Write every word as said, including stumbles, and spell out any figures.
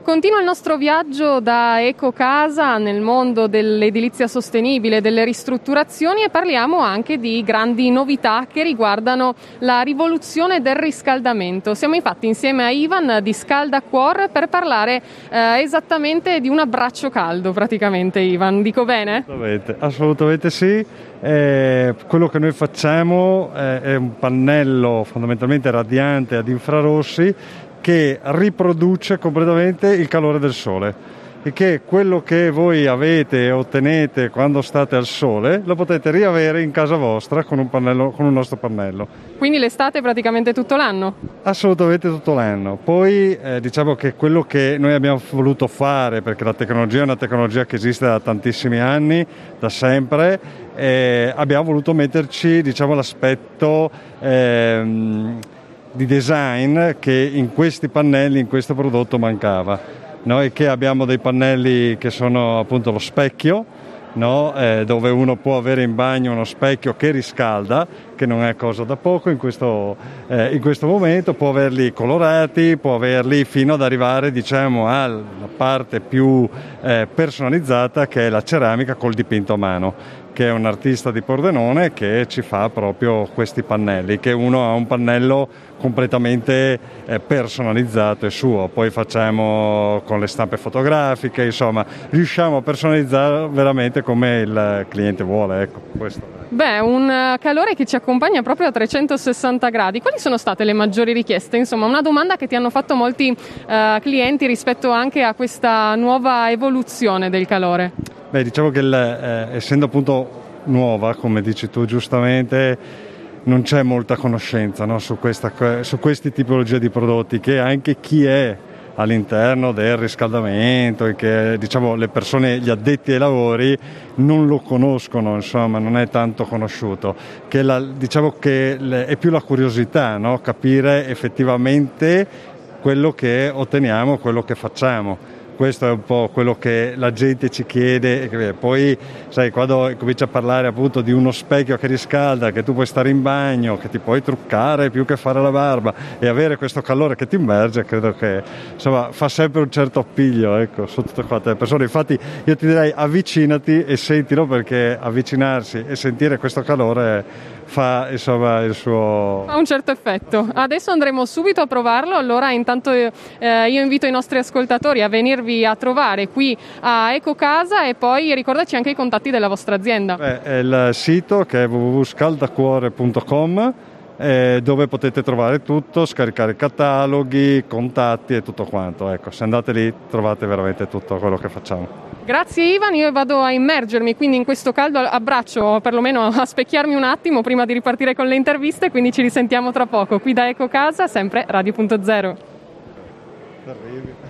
Continua il nostro viaggio da Ecocasa nel mondo dell'edilizia sostenibile, delle ristrutturazioni, e parliamo anche di grandi novità che riguardano la rivoluzione del riscaldamento. Siamo infatti insieme a Ivan di Scaldacuor per parlare eh, esattamente di un abbraccio caldo, praticamente. Ivan, dico bene? Assolutamente, assolutamente sì. Eh, quello che noi facciamo eh, è un pannello fondamentalmente radiante ad infrarossi che riproduce completamente il calore del sole, e che quello che voi avete e ottenete quando state al sole lo potete riavere in casa vostra con un pannello, con un nostro pannello. Quindi l'estate praticamente tutto l'anno? Assolutamente tutto l'anno. Poi eh, diciamo che quello che noi abbiamo voluto fare, perché la tecnologia è una tecnologia che esiste da tantissimi anni, da sempre, eh, abbiamo voluto metterci, diciamo, l'aspetto ehm, di design che in questi pannelli, in questo prodotto mancava. Noi che abbiamo dei pannelli che sono appunto lo specchio, no? eh, dove uno può avere in bagno uno specchio che riscalda, che non è cosa da poco in questo, eh, in questo momento, può averli colorati, può averli fino ad arrivare, diciamo, alla parte più eh, personalizzata, che è la ceramica col dipinto a mano, che è un artista di Pordenone che ci fa proprio questi pannelli, che uno ha un pannello completamente eh, personalizzato e suo. Poi facciamo con le stampe fotografiche, insomma riusciamo a personalizzare veramente come il cliente vuole, ecco, questo. Beh, un calore che ci accompagna proprio a trecentosessanta gradi. Quali sono state le maggiori richieste? Insomma, una domanda che ti hanno fatto molti eh, clienti rispetto anche a questa nuova evoluzione del calore. Beh, diciamo che il, eh, essendo appunto nuova, come dici tu giustamente, non c'è molta conoscenza, no, su, questa, su queste tipologie di prodotti, che anche chi è all'interno del riscaldamento e che, diciamo, le persone, gli addetti ai lavori non lo conoscono, insomma, non è tanto conosciuto, che la, diciamo che le, è più la curiosità, no? Capire effettivamente quello che otteniamo, quello che facciamo. Questo è un po' quello che la gente ci chiede. E poi, sai, quando comincia a parlare appunto di uno specchio che riscalda, che tu puoi stare in bagno, che ti puoi truccare più che fare la barba e avere questo calore che ti immerge, credo che, insomma, fa sempre un certo appiglio, ecco, su tutte quante le persone. Infatti io ti direi avvicinati e sentilo, perché avvicinarsi e sentire questo calore fa, insomma, il suo... Ha un certo effetto. Adesso andremo subito a provarlo. Allora intanto eh, io invito i nostri ascoltatori a venirvi a trovare qui a Ecocasa, e poi ricordaci anche i contatti della vostra azienda. Beh, è il sito, che è w w w punto scaldacuore punto com, eh, dove potete trovare tutto, scaricare cataloghi, contatti e tutto quanto. Ecco, se andate lì trovate veramente tutto quello che facciamo. Grazie Ivan, io vado a immergermi quindi in questo caldo abbraccio, perlomeno a specchiarmi un attimo prima di ripartire con le interviste, quindi ci risentiamo tra poco qui da Ecocasa, sempre Radio punto zero.